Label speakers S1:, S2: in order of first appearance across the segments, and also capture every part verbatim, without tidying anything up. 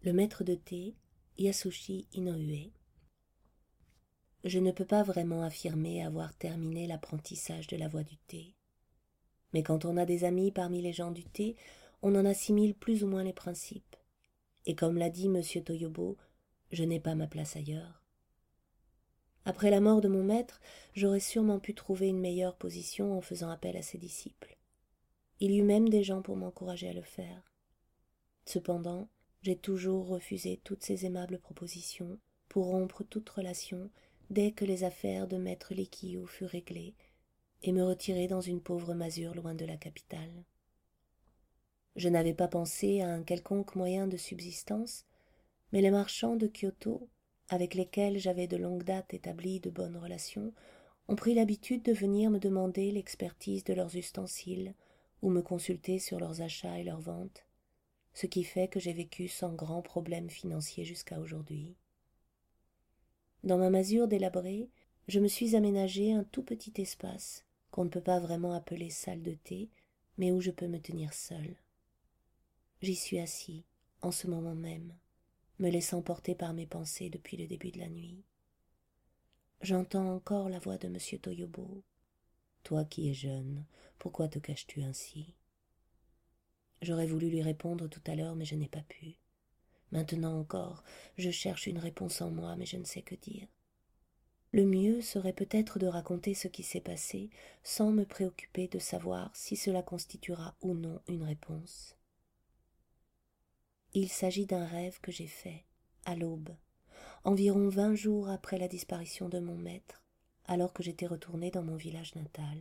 S1: Le maître de thé, Yasushi Inoue. Je ne peux pas vraiment affirmer avoir terminé l'apprentissage de la voie du thé. Mais quand on a des amis parmi les gens du thé, on en assimile plus ou moins les principes. Et comme l'a dit Monsieur Toyobo, je n'ai pas ma place ailleurs. Après la mort de mon maître, j'aurais sûrement pu trouver une meilleure position en faisant appel à ses disciples. Il y eut même des gens pour m'encourager à le faire. Cependant, j'ai toujours refusé toutes ces aimables propositions pour rompre toute relation dès que les affaires de maître Likiyu furent réglées et me retirer dans une pauvre masure loin de la capitale. Je n'avais pas pensé à un quelconque moyen de subsistance, mais les marchands de Kyoto, avec lesquels j'avais de longue date établi de bonnes relations, ont pris l'habitude de venir me demander l'expertise de leurs ustensiles ou me consulter sur leurs achats et leurs ventes, ce qui fait que j'ai vécu sans grand problème financier jusqu'à aujourd'hui. Dans ma masure délabrée, je me suis aménagé un tout petit espace qu'on ne peut pas vraiment appeler salle de thé, mais où je peux me tenir seul. J'y suis assis, en ce moment même, me laissant porter par mes pensées depuis le début de la nuit. J'entends encore la voix de Monsieur Toyobo. « Toi qui es jeune, pourquoi te caches-tu ainsi ?» J'aurais voulu lui répondre tout à l'heure, mais je n'ai pas pu. Maintenant encore, je cherche une réponse en moi, mais je ne sais que dire. Le mieux serait peut-être de raconter ce qui s'est passé sans me préoccuper de savoir si cela constituera ou non une réponse. Il s'agit d'un rêve que j'ai fait, à l'aube, environ vingt jours après la disparition de mon maître, alors que j'étais retournée dans mon village natal.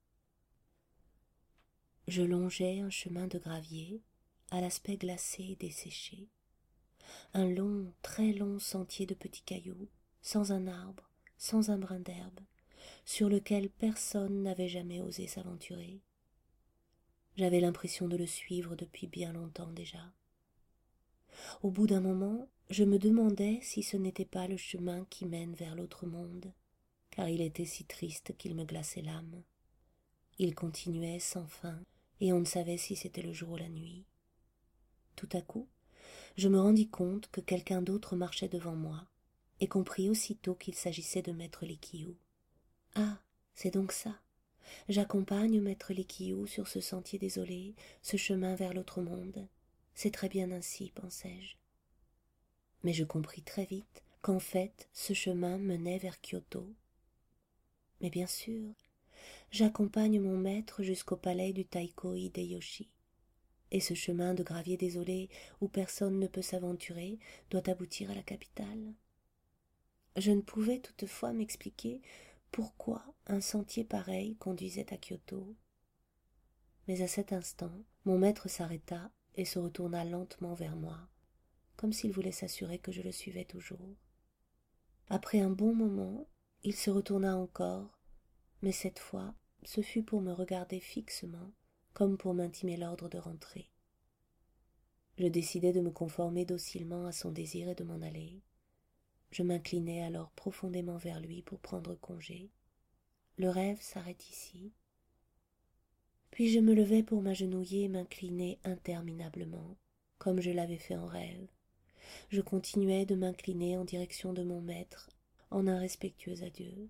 S1: Je longeais un chemin de gravier, à l'aspect glacé et desséché. Un long, très long sentier de petits cailloux, sans un arbre, sans un brin d'herbe, sur lequel personne n'avait jamais osé s'aventurer. J'avais l'impression de le suivre depuis bien longtemps déjà. Au bout d'un moment, je me demandais si ce n'était pas le chemin qui mène vers l'autre monde, car il était si triste qu'il me glaçait l'âme. Il continuait sans fin, et on ne savait si c'était le jour ou la nuit. Tout à coup, je me rendis compte que quelqu'un d'autre marchait devant moi, et compris aussitôt qu'il s'agissait de maître Likiyu. Ah, c'est donc ça. J'accompagne maître Likiyu sur ce sentier désolé, ce chemin vers l'autre monde. C'est très bien ainsi, pensai-je. Mais je compris très vite qu'en fait, ce chemin menait vers Kyoto. Mais bien sûr, j'accompagne mon maître jusqu'au palais du Taiko Hideyoshi. Et ce chemin de gravier désolé où personne ne peut s'aventurer doit aboutir à la capitale. Je ne pouvais toutefois m'expliquer pourquoi un sentier pareil conduisait à Kyoto. Mais à cet instant, mon maître s'arrêta et se retourna lentement vers moi, comme s'il voulait s'assurer que je le suivais toujours. Après un bon moment, il se retourna encore, mais cette fois, ce fut pour me regarder fixement, comme pour m'intimer l'ordre de rentrer. Je décidai de me conformer docilement à son désir et de m'en aller. Je m'inclinai alors profondément vers lui pour prendre congé. Le rêve s'arrête ici. Puis je me levai pour m'agenouiller et m'incliner interminablement, comme je l'avais fait en rêve. Je continuai de m'incliner en direction de mon maître, en un respectueux adieu.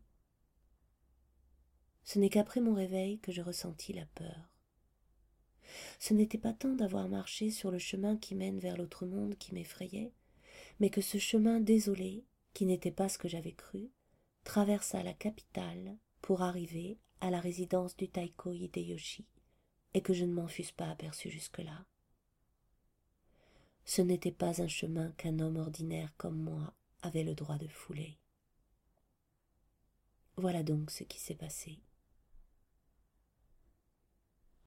S1: Ce n'est qu'après mon réveil que je ressentis la peur. Ce n'était pas tant d'avoir marché sur le chemin qui mène vers l'autre monde qui m'effrayait, mais que ce chemin désolé, qui n'était pas ce que j'avais cru, traversa la capitale pour arriver à la résidence du Taiko Hideyoshi, et que je ne m'en fusse pas aperçu jusque-là. Ce n'était pas un chemin qu'un homme ordinaire comme moi avait le droit de fouler. Voilà donc ce qui s'est passé.